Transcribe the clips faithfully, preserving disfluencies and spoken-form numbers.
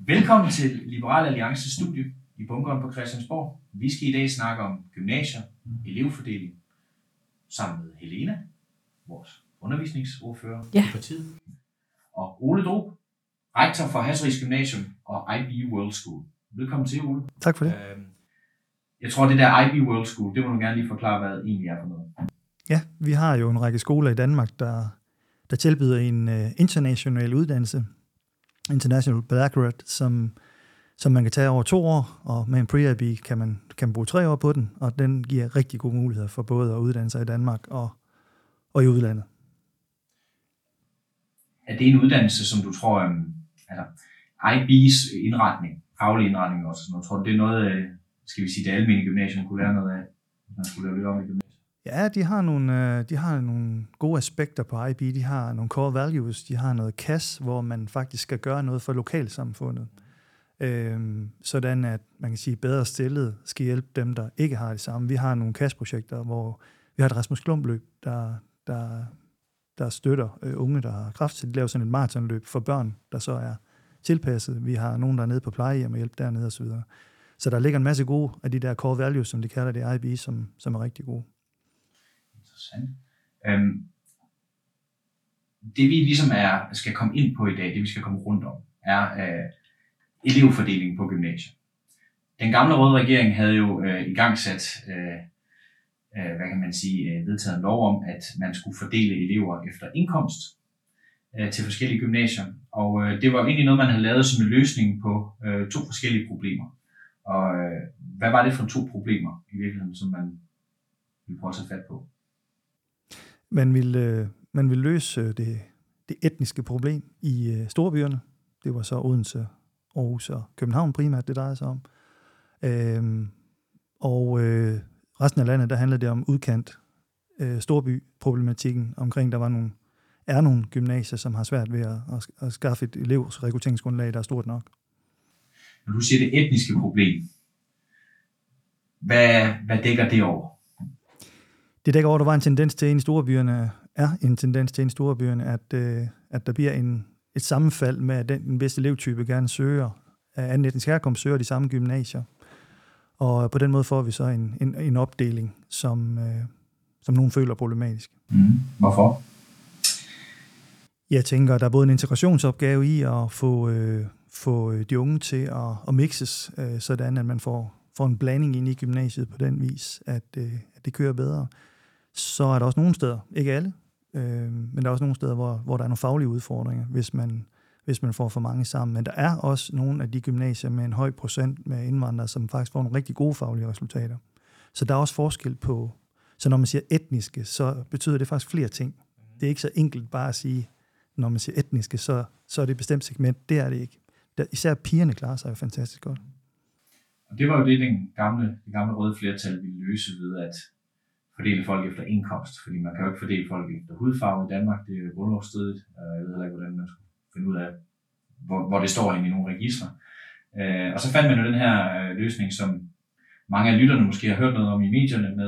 Velkommen til Liberal Alliances studie i bunkeren på Christiansborg. Vi skal i dag snakke om gymnasier, elevfordeling, sammen med Helena, vores undervisningsordfører ja. i partiet, og Ole Drob, rektor for Hasseris Gymnasium og I B World School. Velkommen til, Ole. Tak for det. Jeg tror, det der I B World School, det må du gerne lige forklare, hvad det egentlig er for noget. Ja, vi har jo en række skoler i Danmark, der, der tilbyder en uh, international uddannelse, International Baccalaureate, som, som man kan tage over to år, og med en pre-I B kan man, kan man bruge tre år på den, og den giver rigtig gode muligheder for både at uddanne sig i Danmark og, og i udlandet. Er det en uddannelse, som du tror, um, altså I B's indretning, faglig indretning også, sådan noget, tror du, det er noget, skal vi sige, det almene gymnasium kunne lære noget af, hvis man skulle lave lidt om i gymnasiet? Ja, de har nogle, de har nogle gode aspekter på I B. De har nogle core values, de har noget C A S, hvor man faktisk skal gøre noget for lokalsamfundet. Øhm, sådan at man kan sige, bedre stillet skal hjælpe dem, der ikke har det samme. Vi har nogle C A S-projekter, hvor vi har et Rasmus Klump-løb, der, der, der støtter øh, unge, der har kræft, så de laver sådan et maratonløb for børn, der så er tilpasset. Vi har nogen, der er nede på plejehjem og hjælp dernede osv. Så, så der ligger en masse gode af de der core values, som de kalder det I B, som, som er rigtig gode. Interessant. Øhm, det vi ligesom er, skal komme ind på i dag, det vi skal komme rundt om, er øh, elevfordeling på gymnasiet. Den gamle røde regering havde jo øh, igangsat, øh, øh, hvad kan man sige, øh, vedtaget en lov om, at man skulle fordele elever efter indkomst øh, til forskellige gymnasier. Og øh, det var jo egentlig noget, man havde lavet som en løsning på øh, to forskellige problemer. Og øh, hvad var det for to problemer i virkeligheden, som man ville prøve at tage fat på? Man vil, øh, man vil løse det, det etniske problem i øh, storbyerne. Det var så Odense, Aarhus og København primært, det drejer sig om. Øhm, og øh, resten af landet, der handler det om udkant øh, storbyproblematikken omkring, der var nogle, er nogle gymnasier, som har svært ved at, at, at skaffe et elevs rekrutteringsgrundlag, der er stort nok. Når du siger det etniske problem, hvad, hvad dækker det over? Det dækker over, at der var en tendens til, i storbyerne, er en tendens til i storbyerne, at, øh, at der bliver en, et sammenfald med, at den, den bedste elevtype gerne søger, af anden etnisk herkomst søger de samme gymnasier. Og på den måde får vi så en, en, en opdeling, som, øh, som nogen føler problematisk. Mm. Hvorfor? Jeg tænker, at der er både en integrationsopgave i at få, øh, få de unge til at, at mixes, øh, sådan at man får, får en blanding ind i gymnasiet på den vis, at, øh, at det kører bedre. Så er der også nogle steder, ikke alle, øh, men der er også nogle steder, hvor, hvor der er nogle faglige udfordringer, hvis man, hvis man får for mange sammen. Men der er også nogle af de gymnasier med en høj procent med indvandrere, som faktisk får nogle rigtig gode faglige resultater. Så der er også forskel på, så når man siger etniske, så betyder det faktisk flere ting. Det er ikke så enkelt bare at sige, når man siger etniske, så, så er det et bestemt segment. Det er det ikke. Der, især pigerne klarer sig jo fantastisk godt. Og det var jo det, den gamle, det gamle røde flertal ville løse ved at fordele folk efter indkomst, fordi man kan jo ikke fordele folk efter hudfarve i Danmark, det er jo grundlovsstridigt. Jeg ved heller ikke, hvordan man skal finde ud af, hvor, hvor det står inde i nogle registre. Og så fandt man jo den her løsning, som mange af lytterne måske har hørt noget om i medierne, med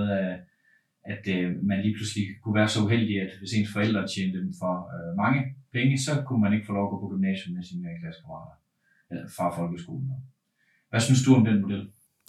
at man lige pludselig kunne være så uheldig, at hvis ens forældre tjente dem for mange penge, så kunne man ikke få lov at gå på gymnasiet med sine klassekammerater fra folkeskolen. Hvad synes du om den model?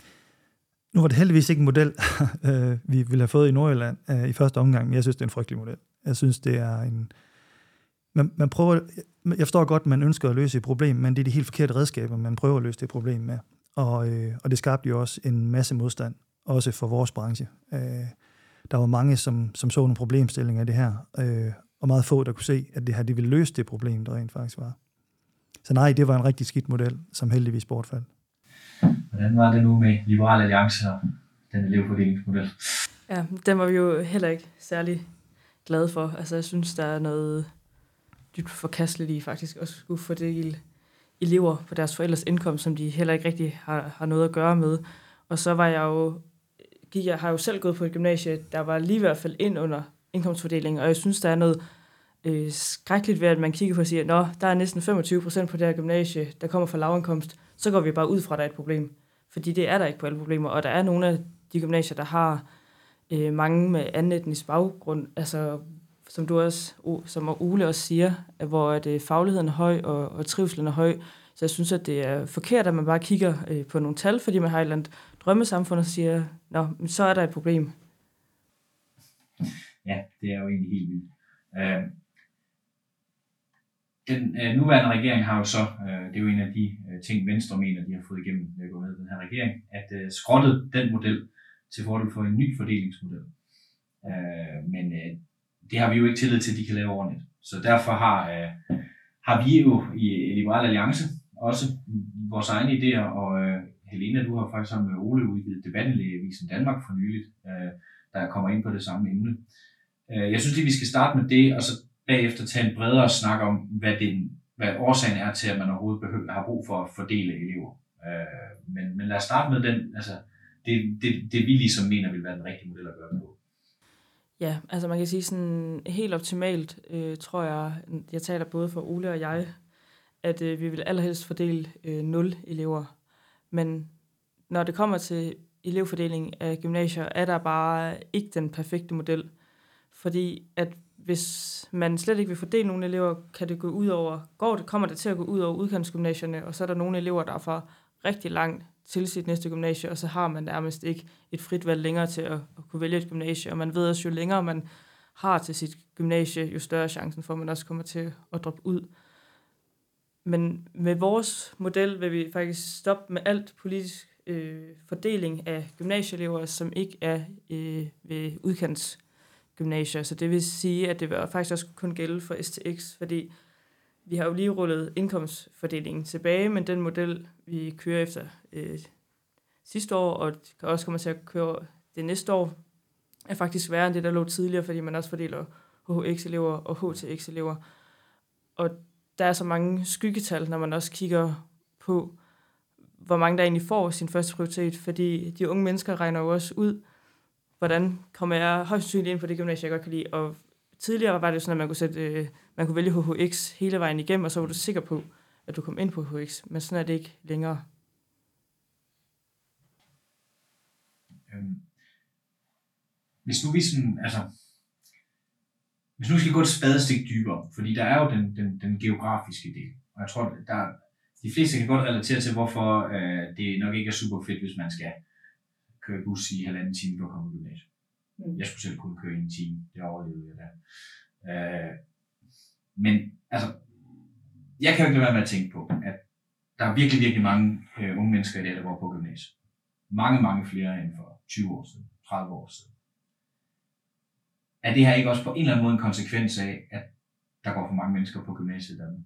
Nu var det heldigvis ikke en model, vi ville have fået i Nordjylland i første omgang, men jeg synes, det er en frygtelig model. Jeg synes, det er en... Man, man prøver... Jeg forstår godt, at man ønsker at løse et problem, men det er de helt forkerte redskaber, man prøver at løse det problem med. Og, øh, og det skabte jo også en masse modstand, også for vores branche. Øh, der var mange, som, som så nogle problemstillinger i det her, øh, og meget få, der kunne se, at det her det ville løse det problem, der rent faktisk var. Så nej, det var en rigtig skidt model, som heldigvis bortfaldt. Hvordan var det nu med Liberal Alliance og den elevfordelingsmodel? Ja, den var vi jo heller ikke særlig glade for. Altså, jeg synes, der er noget dybt forkasteligt i faktisk at skulle fordele elever på deres forældres indkomst, som de heller ikke rigtig har, har noget at gøre med. Og så var jeg jo, gik jeg har jo selv gået på et gymnasie, der var lige i hvert fald ind under indkomstfordelingen, og jeg synes, der er noget øh, skrækkeligt ved, at man kigger på og siger, nå, der er næsten femogtyve procent på det her gymnasie, der kommer fra lavindkomst, så går vi bare ud fra, at der er et problem. Fordi det er der ikke på alle problemer, og der er nogle af de gymnasier, der har øh, mange med anden etnisk baggrund, altså som du også, som Ole også siger, hvor at, øh, fagligheden er høj og, og trivselen er høj, Så jeg synes, at det er forkert, at man bare kigger øh, på nogle tal, fordi man har et eller andet drømmesamfund og siger, nå, men så er der et problem. Ja, det er jo egentlig helt vildt. Øh, den øh, nuværende regering har jo så, øh, det er jo en af de øh, ting, Venstre mener, de har fået igennem ved at gå med i den her regering, at øh, skrottet den model til fordel for en ny fordelingsmodel. Øh, men øh, det har vi jo ikke tillid til, at de kan lave ordentligt. Så derfor har, øh, har vi jo i Liberal Alliance også vores egne idéer, og øh, Helena, du har faktisk sammen med Ole udgivet debatten i Avisen Danmark for nyligt, øh, der kommer ind på det samme emne. Øh, jeg synes lige, vi skal starte med det, og så bagefter tage en bredere snak om, hvad, det, hvad årsagen er til, at man overhovedet behøver, har brug for at fordele elever. Øh, men, men lad os starte med den, altså det, det, det vi ligesom mener vil være den rigtige model at gøre det på. Ja, altså man kan sige sådan helt optimalt, øh, tror jeg, jeg taler både for Ole og jeg, at øh, vi vil allerhelst fordele øh, nul elever. Men når det kommer til elevfordeling af gymnasier, er der bare ikke den perfekte model. Fordi at hvis man slet ikke vil fordele nogle elever, kan det gå ud over, går det, kommer det til at gå ud over udkantsgymnasierne, og så er der nogle elever, der er for rigtig langt til sit næste gymnasie, og så har man nærmest ikke et frit valg længere til at, at kunne vælge et gymnasie. Og man ved også, jo længere man har til sit gymnasie, jo større chancen for, at man også kommer til at droppe ud. Men med vores model vil vi faktisk stoppe med alt politisk øh, fordeling af gymnasieelever, som ikke er øh, ved udkantsgymnasier. Så det vil sige, at det vil faktisk også kun gælde for S T X, fordi vi har jo lige rullet indkomstfordelingen tilbage, men den model, vi kører efter øh, sidste år, og kan også komme til at køre det næste år, er faktisk værre end det, der lå tidligere, fordi man også fordeler H H X-elever og H T X-elever. Og der er så mange skyggetal, når man også kigger på, hvor mange der egentlig får sin første prioritet, fordi de unge mennesker regner jo også ud, hvordan kommer jeg højst sandsynligt ind på det gymnasie, jeg godt kan lide. Og tidligere var det jo sådan, at man kunne, sætte, øh, man kunne vælge H H X hele vejen igennem, og så var du sikker på, at du kom ind på H H X. Men sådan er det ikke længere. Øhm. Hvis nu vi sådan, altså, hvis nu vi skal gå et spadestik dybere, fordi der er jo den, den, den geografiske del, og jeg tror, der de fleste kan godt relatere til, hvorfor øh, det nok ikke er super fedt, hvis man skal køre bus i halvanden time for at komme på gymnasiet. Mm. Jeg skulle selv kunne køre i en time, det overlevede jeg da. Øh, men altså, jeg kan jo ikke lade være med at tænke på, at der er virkelig, virkelig mange øh, unge mennesker i dag, der går på gymnasiet. Mange, mange flere end for tyve år siden, tredive år siden. Er det her ikke også på en eller anden måde en konsekvens af, at der går for mange mennesker på gymnasiet i Danmark?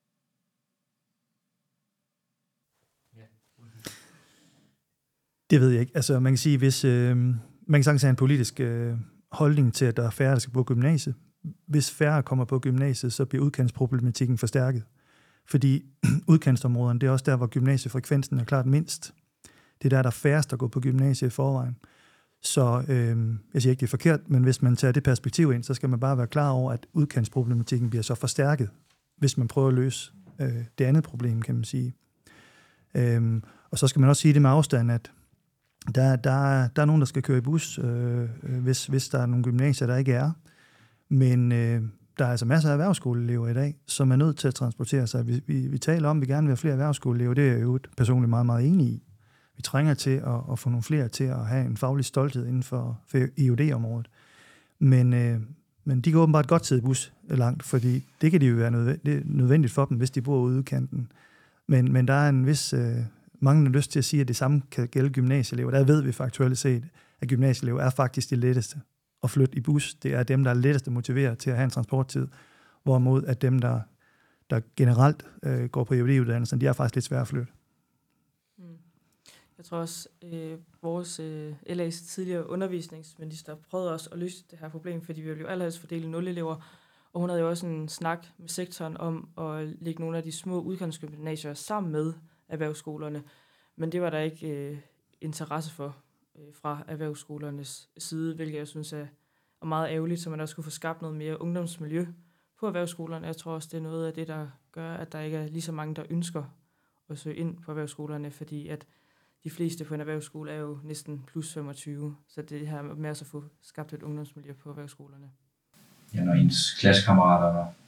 Det ved jeg ikke. Altså man kan sige, hvis øh, man kan sagtens have en politisk øh, holdning til, at der er færre, der skal på gymnasiet. Hvis færre kommer på gymnasiet, så bliver udkantsproblematikken forstærket. Fordi udkantsområderne, det er også der, hvor gymnasiefrekvensen er klart mindst. Det er der, der er færrest, der går på gymnasiet i forvejen. Så øh, jeg siger ikke, det er forkert, men hvis man tager det perspektiv ind, så skal man bare være klar over, at udkantsproblematikken bliver så forstærket, hvis man prøver at løse øh, det andet problem, kan man sige. Øh, og så skal man også sige det med afstand, at der, der, der er nogen, der skal køre i bus, øh, hvis, hvis der er nogle gymnasier, der ikke er. Men øh, der er altså masser af erhvervsskoleelever i dag, som er nødt til at transportere sig. Vi, vi, vi taler om, at vi gerne vil have flere erhvervsskoleelever. Det er jeg jo personligt meget, meget enig i. Vi trænger til at, at få nogle flere til at have en faglig stolthed inden for, for I O D-området. Men, øh, men de går åbenbart godt til bus langt, fordi det kan de jo være nødvendigt, nødvendigt for dem, hvis de bor ude i udkanten. Men, men der er en vis øh, manglende lyst til at sige, at det samme kan gælde gymnasieelever. Der ved vi faktuelt set, at gymnasieelever er faktisk de letteste at flytte i bus. Det er dem, der er lettest at motivere til at have en transporttid, hvorimod at dem, der, der generelt øh, går på I O D-uddannelsen, de er faktisk lidt svære at flytte. Jeg tror også, øh, vores øh, L A's tidligere undervisningsminister prøvede også at løse det her problem, fordi vi ville jo allerhelst fordele nul elever, og hun havde jo også en snak med sektoren om at lægge nogle af de små udkantsgymnasier sammen med erhvervsskolerne, men det var der ikke øh, interesse for øh, fra erhvervsskolernes side, hvilket jeg synes er, er meget ærgerligt, så man også kunne få skabt noget mere ungdomsmiljø på erhvervsskolerne. Jeg tror også, det er noget af det, der gør, at der ikke er lige så mange, der ønsker at søge ind på erhvervsskolerne, fordi at de fleste på en erhvervsskole er jo næsten plus femogtyve, så det her med at få skabt et ungdomsmiljø på erhvervsskolerne. Ja, når ens klassekammerater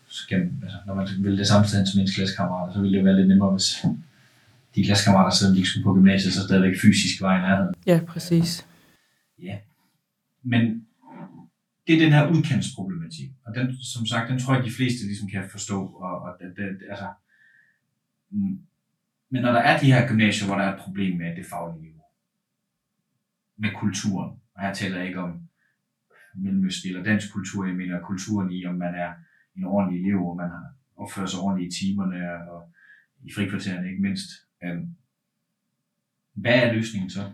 skal, altså, når man vil det samme sted som ens klassekammerater, så ville det være lidt nemmere, hvis de klassekammerater, selvom de ikke skulle på gymnasiet, så stadigvæk fysisk var i nærheden. Ja, præcis. Ja. Men det er den her udkantsproblematik, og den, som sagt, den tror jeg, de fleste ligesom kan forstå, og, og det, det, altså, mm. Men når der er de her gymnasier, hvor der er et problem med det faglige niveau, med kulturen, og her taler jeg ikke om mellemøstlig eller dansk kultur, jeg mener kulturen i, om man er en ordentlig elev, og man har opfører sig ordentligt i timerne, og i frikvartererne ikke mindst. Hvad er løsningen så?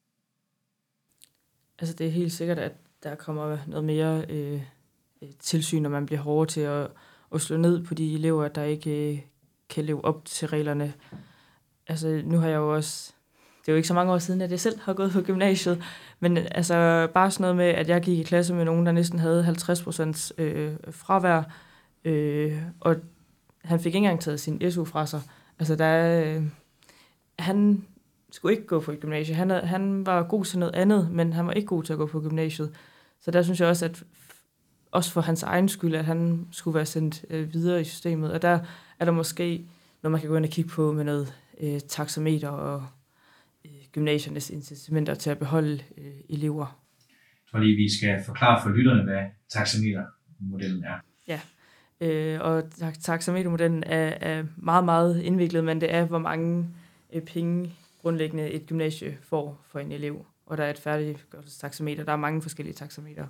Altså det er helt sikkert, at der kommer noget mere øh, tilsyn, når man bliver hårdere til at, at slå ned på de elever, der ikke øh, kan leve op til reglerne. Altså nu har jeg jo også, det er jo ikke så mange år siden, at jeg selv har gået på gymnasiet, men altså bare sådan noget med, at jeg gik i klasse med nogen, der næsten havde halvtreds procent øh, fravær, øh, og han fik ikke engang taget sin S U fra sig. Altså der, øh, han skulle ikke gå på et gymnasie. Han, han var god til noget andet, men han var ikke god til at gå på gymnasiet. Så der synes jeg også, at også for hans egen skyld, at han skulle være sendt øh, videre i systemet. Og der er der måske, når man kan gå ind og kigge på med noget øh, taxameter og øh, gymnasiernes incitamenter til at beholde øh, elever. Jeg tror lige, vi skal forklare for lytterne, hvad taxametermodellen er. Ja, øh, og taxametermodellen er, er meget, meget indviklet, men det er, hvor mange øh, penge grundlæggende et gymnasie får for en elev. Og der er et færdiggørelsestaxameter. Der er mange forskellige taxameter.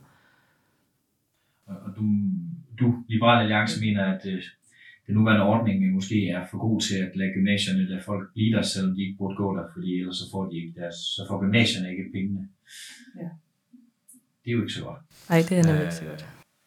Og du, du Liberal Alliance, mener, at øh, den nuværende ordning måske er for god til at lade gymnasierne lade folk blive der, selvom de ikke burde gå der, fordi ellers så får de ikke deres, så får gymnasierne ikke pengene. Ja. Det er jo ikke så godt. Nej, det er nemlig ikke så godt.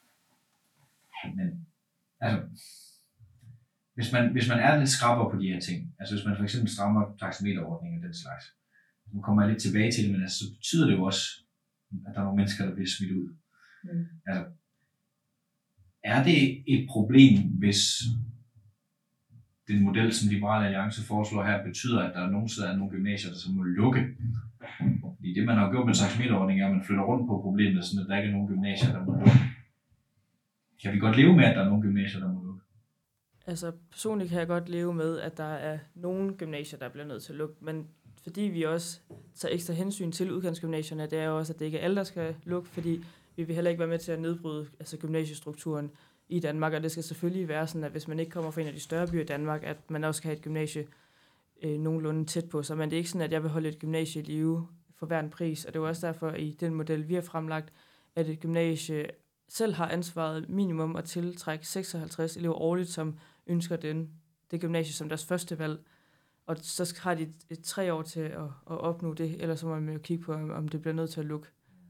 Men altså, hvis man, hvis man er lidt skrapper på de her ting, altså hvis man for eksempel strammer taxameterordningen og den slags, nu kommer jeg lidt tilbage til det, men altså, så betyder det jo også, at der er nogle mennesker, der bliver smidt ud. Mm. Altså, er det et problem, hvis den model, som Liberal Alliance foreslår her, betyder, at der er nogle steder, nogle gymnasier, der så må lukke? Fordi det, man har gjort med taxameterordningen, er, at man flytter rundt på problemet, sådan at der ikke er nogen gymnasier, der må lukke. Kan vi godt leve med, at der er nogle gymnasier, der må lukke? Altså, personligt kan jeg godt leve med, at der er nogle gymnasier, der bliver nødt til at lukke, men fordi vi også tager ekstra hensyn til udkantsgymnasierne, det er jo også, at det ikke er alle, der skal lukke, fordi vi vil heller ikke være med til at nedbryde altså gymnasiestrukturen i Danmark, og det skal selvfølgelig være sådan, at hvis man ikke kommer fra en af de større byer i Danmark, at man også skal have et gymnasie øh, nogenlunde tæt på sig, men det er ikke sådan, at jeg vil holde et gymnasie i live for hver en pris, og det er også derfor i den model, vi har fremlagt, at et gymnasie selv har ansvaret minimum at tiltrække seksoghalvtreds elever årligt, som ønsker den, det gymnasie som deres første valg. Og så har de et, et tre år til at, at opnå det, eller så må man jo kigge på, om det bliver nødt til at lukke.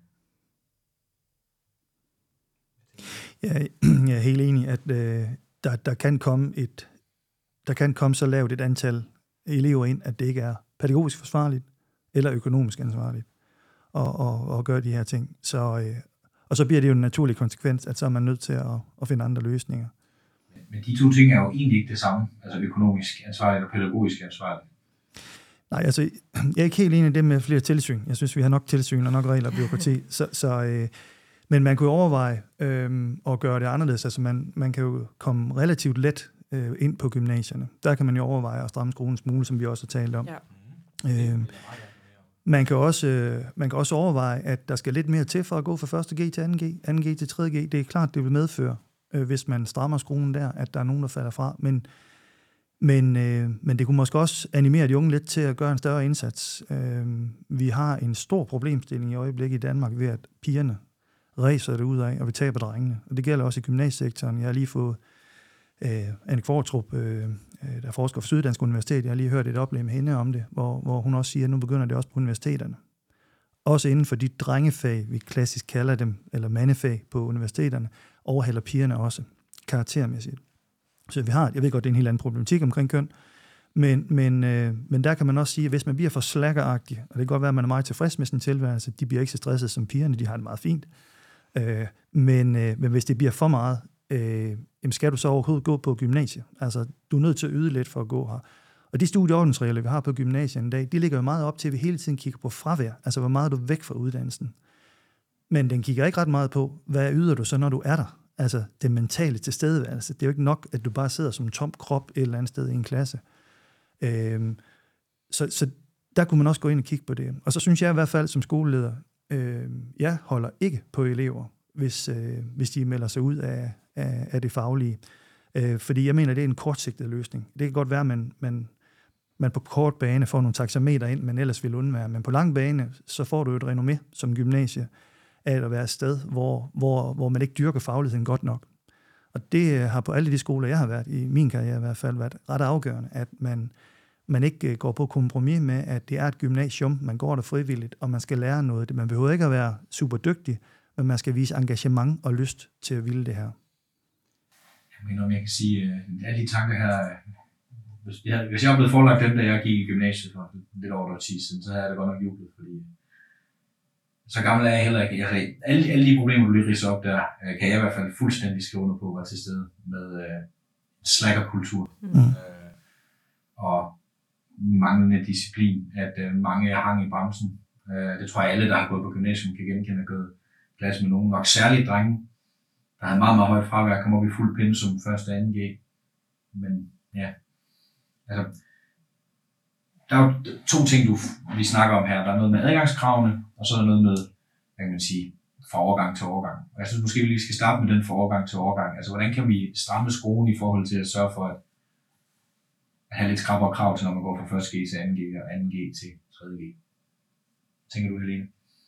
Ja, jeg er helt enig, at øh, der, der, kan komme et, der kan komme så lavt et antal elever ind, at det ikke er pædagogisk forsvarligt eller økonomisk ansvarligt at, at, at gøre de her ting. Så, øh, og så bliver det jo en naturlig konsekvens, at så er man nødt til at, at finde andre løsninger. Men de to ting er jo egentlig ikke det samme, altså økonomisk ansvarligt og pædagogisk ansvarligt. Nej, altså, jeg er ikke helt enig i det med flere tilsyn. Jeg synes, vi har nok tilsyn og nok regler og byråkrati. så, så, øh, men man kunne overveje øh, at gøre det anderledes. Altså, man, man kan jo komme relativt let øh, ind på gymnasierne. Der kan man jo overveje at stramme skruen en smule, som vi også har talt om. Ja. Øh, man, kan også, øh, man kan også overveje, at der skal lidt mere til for at gå fra første G til anden G, anden G til tredje G. Det er klart, det vil medføre, øh, hvis man strammer skruen der, at der er nogen, der falder fra. Men Men, øh, men det kunne måske også animere de unge lidt til at gøre en større indsats. Øh, vi har en stor problemstilling i øjeblikket i Danmark ved, at pigerne ræser det ud af, og vi taber drengene. Og det gælder også i gymnasiesektoren. Jeg har lige fået øh, Anne Kvartrup, øh, der forsker for Syddansk Universitet. Jeg har lige hørt et oplæg med hende om det, hvor, hvor hun også siger, at nu begynder det også på universiteterne. Også inden for de drengefag, vi klassisk kalder dem, eller mandefag på universiteterne, overhælder pigerne også karaktermæssigt. Så vi har, jeg ved godt, det er en helt anden problematik omkring køn, men, men, øh, men der kan man også sige, at hvis man bliver for slackeragtig, og det kan godt være, at man er meget tilfreds med sin tilværelse, de bliver ikke så stresset som pigerne, de har det meget fint, øh, men, øh, men hvis det bliver for meget, øh, jamen skal du så overhovedet gå på gymnasiet? Altså, du er nødt til at yde lidt for at gå her. Og de studieordensregler, vi har på gymnasiet i dag, de ligger jo meget op til, at vi hele tiden kigger på fravær, altså hvor meget er du væk fra uddannelsen. Men den kigger ikke ret meget på, hvad yder du så, når du er der? altså det mentale tilstedeværelse. Det er jo ikke nok, at du bare sidder som en tom krop et eller andet sted i en klasse. Øhm, så, så der kunne man også gå ind og kigge på det. Og så synes jeg i hvert fald som skoleleder, øh, jeg holder ikke på elever, hvis, øh, hvis de melder sig ud af, af, af det faglige. Øh, fordi jeg mener, det er en kortsigtet løsning. Det kan godt være, at man, man, man på kort bane får nogle taxameter ind, men ellers vil undvære. Men på lang bane, så får du et renommé som gymnasie af at være et sted, hvor, hvor, hvor man ikke dyrker fagligheden godt nok. Og det har på alle de skoler, jeg har været i, min karriere i hvert fald, været ret afgørende, at man, man ikke går på kompromis med, at det er et gymnasium, man går der frivilligt, og man skal lære noget. Man behøver ikke at være super dygtig, men man skal vise engagement og lyst til at ville det her. Jeg mener, om jeg kan sige, at alle de tanker her, hvis jeg, hvis jeg var blevet forelagt dem, da jeg gik i gymnasiet for lidt over et årti siden, så havde jeg det godt nok jublet, fordi så gammel er jeg heller ikke. Altså, alle, alle de problemer, du lige ridser op der, kan jeg i hvert fald fuldstændig skrive under på at være til stede med øh, slackerkultur. Mm. Øh, og manglende disciplin, at øh, mange hang i bremsen. Øh, det tror jeg alle, der har gået på gymnasium, kan genkende at gået i klasse med nogen. Nok særligt drenge, der havde meget, meget højt fravær, kom op i fuld pensum første og anden G. Men ja, altså, der er jo to ting, du, vi snakker om her. Der er noget med adgangskravene, og så er der noget med, hvad kan man sige, fra overgang til overgang. Og jeg synes måske, vi lige skal starte med den fra overgang til overgang. Altså, hvordan kan vi stramme skruen i forhold til at sørge for at, at have lidt skrappere krav til, når man går fra første G til anden G og anden G til tredje G? Tænker du, Helene?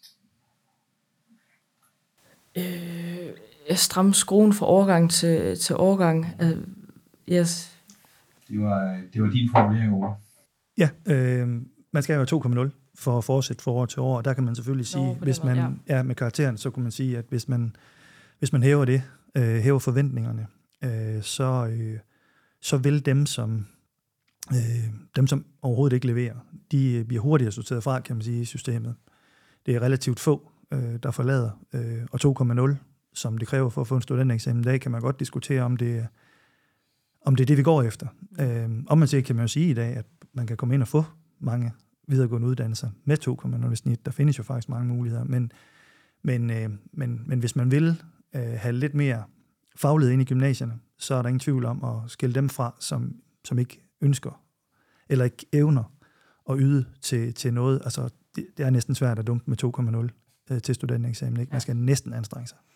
Øh, jeg stramme skruen fra overgang til, til overgang. Uh, yes. Det var, det var din formulering, Ole. Ja, øh, man skal jo to komma nul for at fortsætte fra år til år, og der kan man selvfølgelig sige, Nå, hvis man måde, ja. er med karakteren, så kunne man sige, at hvis man, hvis man hæver det, øh, hæver forventningerne, øh, så, øh, så vil dem som, øh, dem, som overhovedet ikke leverer, de bliver hurtigere sorteret fra, kan man sige, i systemet. Det er relativt få, øh, der forlader, øh, og to komma nul, som det kræver for at få en studentereksamen i dag, kan man godt diskutere, om det, om det er det, vi går efter. Øh, om man siger, kan man jo sige i dag, at man kan komme ind og få mange videregående uddannelser med to komma nul i snit. Der findes jo faktisk mange muligheder, men, men, øh, men, men hvis man vil øh, have lidt mere faglighed ind i gymnasierne, så er der ingen tvivl om at skille dem fra, som, som ikke ønsker eller ikke evner at yde til, til noget. Altså, det, det er næsten svært at dumpe med to komma nul øh, til studentereksamen. Ikke? Man skal næsten anstrenge sig.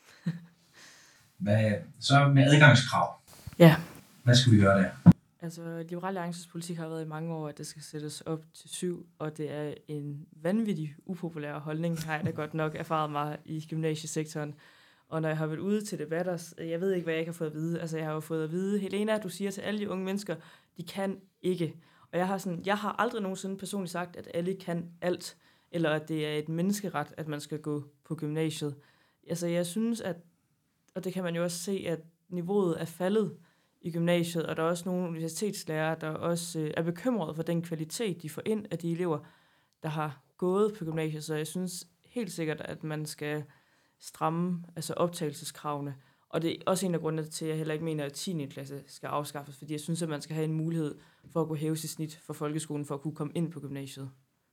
Hvad, så med adgangskrav. Ja. Hvad skal vi gøre der? Altså, Liberal Alliances politik har været i mange år, at det skal sættes op til syv, og det er en vanvittig upopulær holdning, har jeg da godt nok erfaret mig i gymnasiesektoren. Og når jeg har været ude til debatter, jeg ved ikke, hvad jeg ikke har fået at vide. Altså, jeg har jo fået at vide, Helena, du siger til alle de unge mennesker, de kan ikke. Og jeg har, sådan, jeg har aldrig nogensinde personligt sagt, at alle kan alt, eller at det er et menneskeret, at man skal gå på gymnasiet. Altså, jeg synes, at, og det kan man jo også se, at niveauet er faldet i gymnasiet, og der er også nogle universitetslærere, der også øh, er bekymrede for den kvalitet, de får ind af de elever, der har gået på gymnasiet. Så jeg synes helt sikkert, at man skal stramme altså optagelseskravene. Og det er også en af grundene til, at jeg heller ikke mener, at tiende klasse skal afskaffes, fordi jeg synes, at man skal have en mulighed for at kunne hæve sit snit for folkeskolen, for at kunne komme ind på gymnasiet.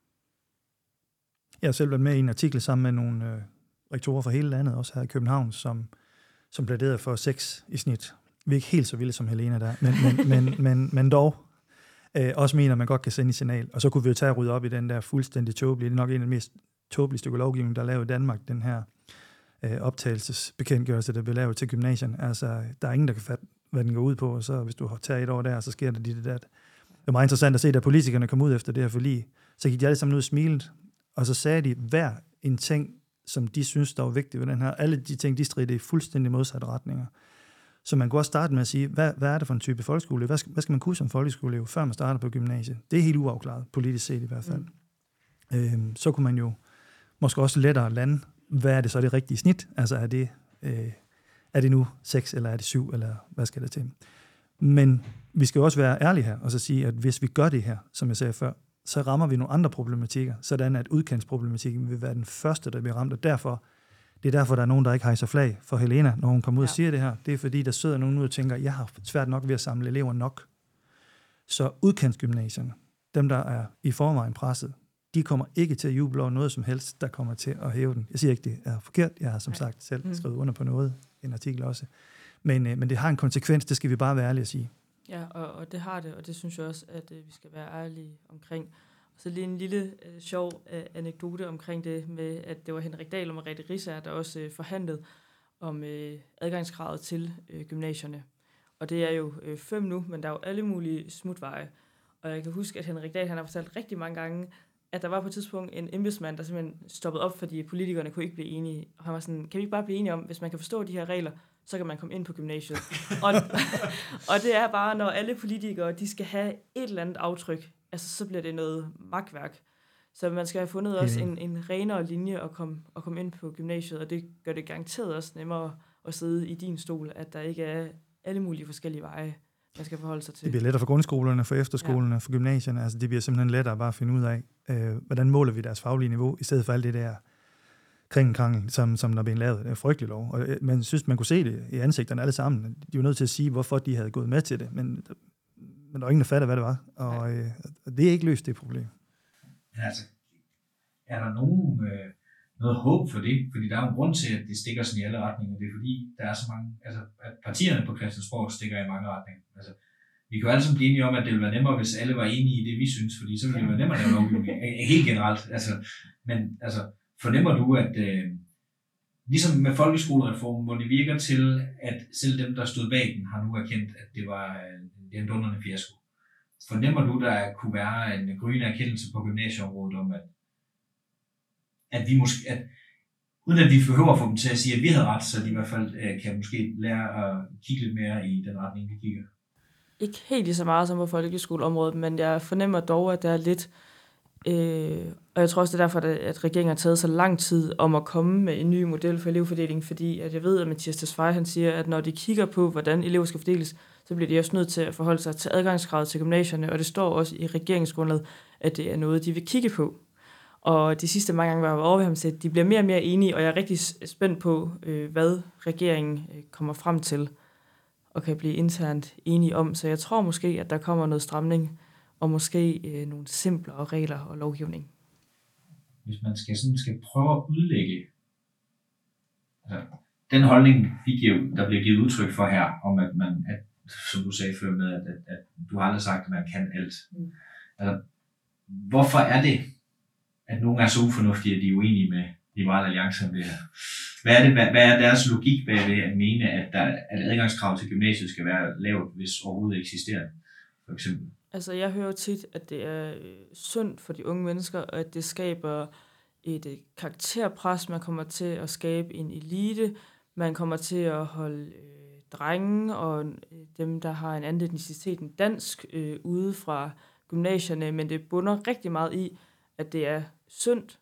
Jeg har selv været med i en artikel sammen med nogle øh, rektorer fra hele landet, også her i København, som, som plæderede for seks i snit. Vi er ikke helt så vilde som Helena der, men, men, men, men, men dog øh, også mener, at man godt kan sende et signal. Og så kunne vi jo tage og rydde op i den der fuldstændig tåbelige, det er nok en af de mest tåbelige stykker lovgivning, der er lavet i Danmark, den her øh, optagelsesbekendtgørelse, der bliver lavet til gymnasien. Altså, der er ingen, der kan fatte, hvad den går ud på, og så hvis du tager et år der, så sker der dit det der. Det var meget interessant at se, da politikerne kom ud efter det her forlig, så gik de alle sammen ud og smilet, og så sagde de, hver en ting, som de synes, der var vigtigt ved den her, alle de ting, de strider i fuldstændig modsatte retninger. Så man kunne også starte med at sige, hvad, hvad er det for en type folkeskole? Hvad skal, hvad skal man kunne som folkeskoleelev, før man starter på gymnasiet? Det er helt uafklaret, politisk set i hvert fald. Mm. Øhm, så kunne man jo måske også lettere lande, hvad er det så det rigtige snit? Altså er det, øh, er det nu seks, eller er det syv, eller hvad skal det til? Men vi skal jo også være ærlige her, og så sige, at hvis vi gør det her, som jeg sagde før, så rammer vi nogle andre problematikker, sådan at udkantsproblematikken vil være den første, der bliver ramt, og derfor det er derfor, der er nogen, der ikke hejser flag for Helena, når hun kommer ud ja. og siger det her. Det er fordi, der sidder nogen ud og tænker, jeg har svært nok ved at samle elever nok. Så udkantsgymnasierne, dem der er i forvejen presset, de kommer ikke til at juble over noget som helst, der kommer til at hæve den. Jeg siger ikke, det er forkert. Jeg har som Nej. sagt selv skrevet under på noget, en artikel også. Men, øh, men det har en konsekvens, det skal vi bare være ærlige at sige. Ja, og, og det har det, og det synes jeg også, at øh, vi skal være ærlige omkring. Og så lige en lille øh, sjov øh, anekdote omkring det med, at det var Henrik Dahl og Merete Riisager, der også øh, forhandlede om øh, adgangskravet til øh, gymnasierne. Og det er jo øh, fem nu, men der er jo alle mulige smutveje. Og jeg kan huske, at Henrik Dahl han har fortalt rigtig mange gange, at der var på et tidspunkt en embedsmand, der simpelthen stoppede op, fordi politikerne kunne ikke blive enige. Og han var sådan, kan vi ikke bare blive enige om, hvis man kan forstå de her regler, så kan man komme ind på gymnasiet. og, og det er bare, når alle politikere, de skal have et eller andet aftryk, altså så bliver det noget magtværk. Så man skal have fundet også en, en renere linje at komme, at komme ind på gymnasiet, og det gør det garanteret også nemmere at sidde i din stol, at der ikke er alle mulige forskellige veje, man skal forholde sig til. Det bliver lettere for grundskolerne, for efterskolerne, ja. for gymnasierne. Altså det bliver simpelthen lettere bare at finde ud af, øh, hvordan måler vi deres faglige niveau, i stedet for alt det der kringelkrangel, som, som der blev lavet. Det er frygtelig lov. Og man synes, man kunne se det i ansigterne alle sammen. De var nødt til at sige, hvorfor de havde gået med til det, men, men der var ingen, der fattede, hvad det var. Og øh, det er ikke løst, det problem. Altså, er der nogen, øh, noget håb for det? Fordi der er jo en grund til, at det stikker sådan i alle retninger. Det er fordi, der er så mange, altså at partierne på Christiansborg stikker i mange retninger. Altså, vi kan jo alle sammen blive enige om, at det ville være nemmere, hvis alle var enige i det, vi synes, fordi så ville det være nemmere at lave lovgivning. Helt generelt. Altså, men altså, fornemmer du, at øh, ligesom med folkeskolereformen, hvor det virker til, at selv dem, der stod bag den, har nu erkendt, at det var øh, en dundrende fiasko. Fornemmer du, der kunne være en gryende erkendelse på gymnasieområdet om, at, at vi måske, at, uden at vi behøver at få dem til at sige, at vi havde ret, så de i hvert fald øh, kan måske lære at kigge lidt mere i den retning, vi kigger? Ikke helt lige så meget som på folkeskoleområdet, men jeg fornemmer dog, at der er lidt, øh, og jeg tror også, det er derfor, at regeringen har taget så lang tid om at komme med en ny model for elevfordeling, fordi at jeg ved, at Mathias Tesfaye, han siger, at når de kigger på, hvordan elever skal fordeles, så bliver de også nødt til at forholde sig til adgangskravet til gymnasierne, og det står også i regeringsgrundlaget, at det er noget, de vil kigge på. Og de sidste mange gange var jeg over ved ham til, at de bliver mere og mere enige, og jeg er rigtig spændt på, øh, hvad regeringen øh, kommer frem til, og kan blive internt enige om. Så jeg tror måske, at der kommer noget stramning, og måske øh, nogle simplere regler og lovgivning. Hvis man skal, sådan, skal prøve at udlægge altså, den holdning, der bliver givet udtryk for her, om at man, at, som du sagde før med, at, at, at du har aldrig sagt, at man kan alt. Mm. Altså, hvorfor er det, at nogen er så ufornuftige, at de er uenige med Liberal Alliance om det her? Hvad er, det, hvad, hvad er deres logik bag ved at mene, at, der, at adgangskrav til gymnasiet skal være lavt, hvis overhovedet eksisterer, for eksempel? Altså, jeg hører tit, at det er øh, sundt for de unge mennesker, og at det skaber et øh, karakterpres. Man kommer til at skabe en elite. Man kommer til at holde øh, drenge og øh, dem, der har en anden etnicitet end dansk, øh, ude fra gymnasierne. Men det bunder rigtig meget i, at det er sundt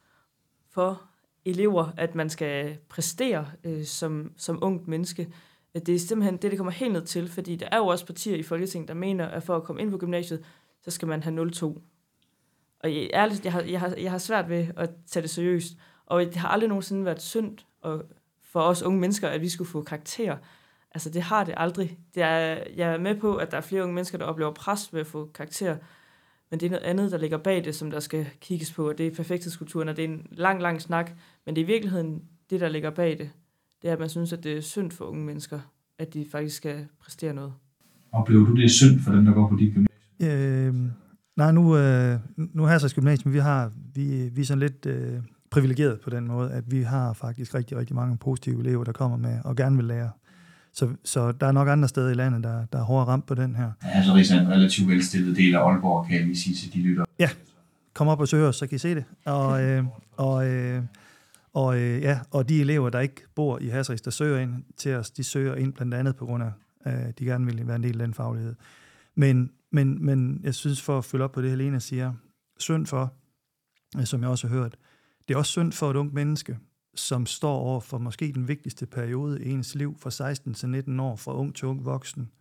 for elever, at man skal præstere øh, som, som ungt menneske. At det er simpelthen det, det kommer helt ned til, fordi der er jo også partier i Folketinget, der mener, at for at komme ind på gymnasiet, så skal man have nul komma to. Og jeg, ærligt, jeg har, jeg, har, jeg har svært ved at tage det seriøst, og det har aldrig nogensinde været synd for os unge mennesker, at vi skulle få karakterer. Altså, det har det aldrig. Det er, jeg er med på, at der er flere unge mennesker, der oplever pres ved at få karakterer, men det er noget andet, der ligger bag det, som der skal kigges på, og det er perfekthedskulturen, og det er en lang, lang snak, men det er i virkeligheden det, der ligger bag det. Det er, at man synes, at det er synd for unge mennesker, at de faktisk skal præstere noget. Oplever du, det er synd for dem, der går på dit gymnasium? Øh, nej, nu, øh, nu her så gymnasium, vi, har, vi, vi er sådan lidt øh, privilegeret på den måde, at vi har faktisk rigtig, rigtig mange positive elever, der kommer med og gerne vil lære. Så, så der er nok andre steder i landet, der, der er hårdere ramt på den her. Altså Riis er en relativt velstillet del af Aalborg, kan jeg lige sige til de lytter. Ja, kom op og søg os, så kan I se det. Og, øh, og, øh, og, øh, ja, og de elever, der ikke bor i Hasseris, der søger ind til os, de søger ind blandt andet på grund af, at de gerne vil være en del af den faglighed. Men, men, men jeg synes, for at følge op på det, Helena siger, synd for, som jeg også har hørt, det er også synd for et ungt menneske, som står over for måske den vigtigste periode i ens liv, fra seksten til nitten år, fra ung til ung voksen,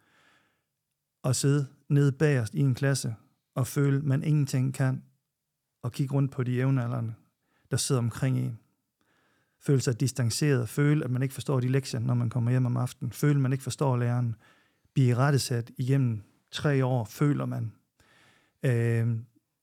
og sidde nede bagerst i en klasse og føle, at man ingenting kan, og kigge rundt på de jævnaldrende, der sidder omkring en. Føle sig distanceret, føle, at man ikke forstår de lektier, når man kommer hjem om aftenen, føle, at man ikke forstår læreren, blive rettesat igennem tre år, føler man. Øh,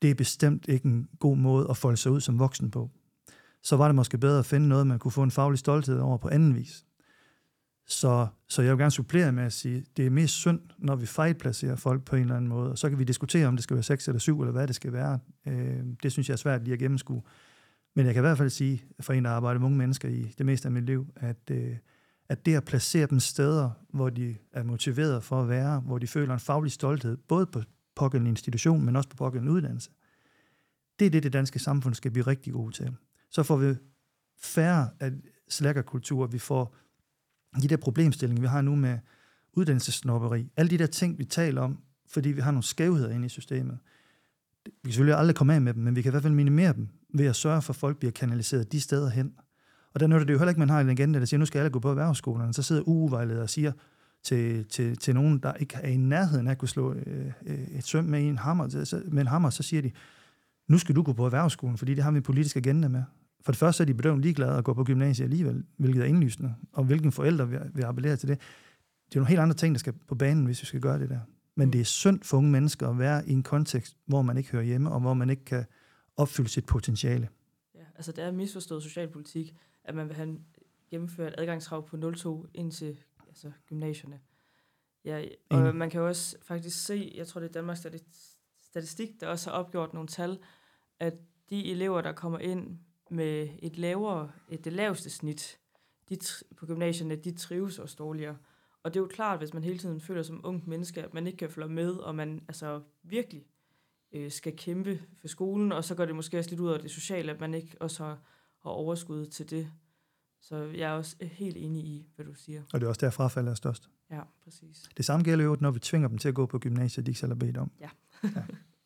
det er bestemt ikke en god måde at folde sig ud som voksen på. Så var det måske bedre at finde noget, man kunne få en faglig stolthed over på anden vis. Så, så jeg vil gerne supplere med at sige, det er mest synd, når vi fejlplacerer folk på en eller anden måde, og så kan vi diskutere, om det skal være seks eller syv, eller hvad det skal være. Øh, det synes jeg er svært lige at gennemskue. Men jeg kan i hvert fald sige, for en, der arbejder med unge mennesker i det meste af mit liv, at, øh, at det at placere dem steder, hvor de er motiveret for at være, hvor de føler en faglig stolthed, både på pågældende institution, men også på pågældende uddannelse, det er det, det danske samfund skal blive rigtig gode til. Så får vi færre af slackerkultur, vi får de der problemstillinger, vi har nu med uddannelsessnobberi, alle de der ting, vi taler om, fordi vi har nogle skævheder inde i systemet. Vi kan selvfølgelig aldrig komme af med dem, men vi kan i hvert fald minimere dem, ved at sørge for, at folk bliver kanaliseret de steder hen. Og der nytter det jo heller ikke, man har en agenda, der siger, nu skal alle gå på erhvervsskolerne. Så sidder U U-vejledere og siger til, til, til nogen, der ikke er i nærheden af at kunne slå øh, et søm med en hammer, med en hammer, så siger de, nu skal du gå på erhvervsskolen, fordi det har vi en politisk agenda med. For det første er de bedømt ligeglade at gå på gymnasiet alligevel, hvilket er indlysende, og hvilken forældre vil, vil appellere til det. Det er nogle helt andre ting, der skal på banen, hvis vi skal gøre det der. Men det er synd for unge mennesker at være i en kontekst, hvor man ikke hører hjemme, og hvor man ikke kan opfylde sit potentiale. Ja, altså det er misforstået socialpolitik, at man vil have gennemført adgangskrav på nul to ind til altså, gymnasierne. Ja, og mm. man kan jo også faktisk se, jeg tror det er Danmarks Statistik, der også har opgjort nogle tal, at de elever, der kommer ind med et lavere, et det laveste snit de på gymnasierne, de trives også dårligere. Og det er jo klart, hvis man hele tiden føler som ung menneske, at man ikke kan følge med, og man altså virkelig øh, skal kæmpe for skolen, og så går det måske også lidt ud af det sociale, at man ikke også har, har overskud til det. Så jeg er også helt enig i, hvad du siger. Og det er også der, frafaldet er størst. Ja, præcis. Det samme gælder jo, når vi tvinger dem til at gå på gymnasiet, de ikke selv har bedt om. Ja. ja.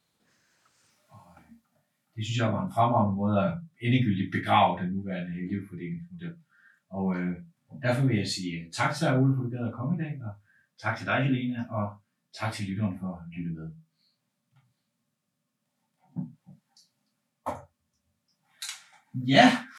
Det synes jeg var en fremragende måde at endegyldigt begrave den nuværende elevfordelingsmodel. Og øh, derfor vil jeg sige tak til dig, Ole, for at du gad at komme i dag, og tak til dig, Helene, og tak til lytteren for at lytte med. Ja!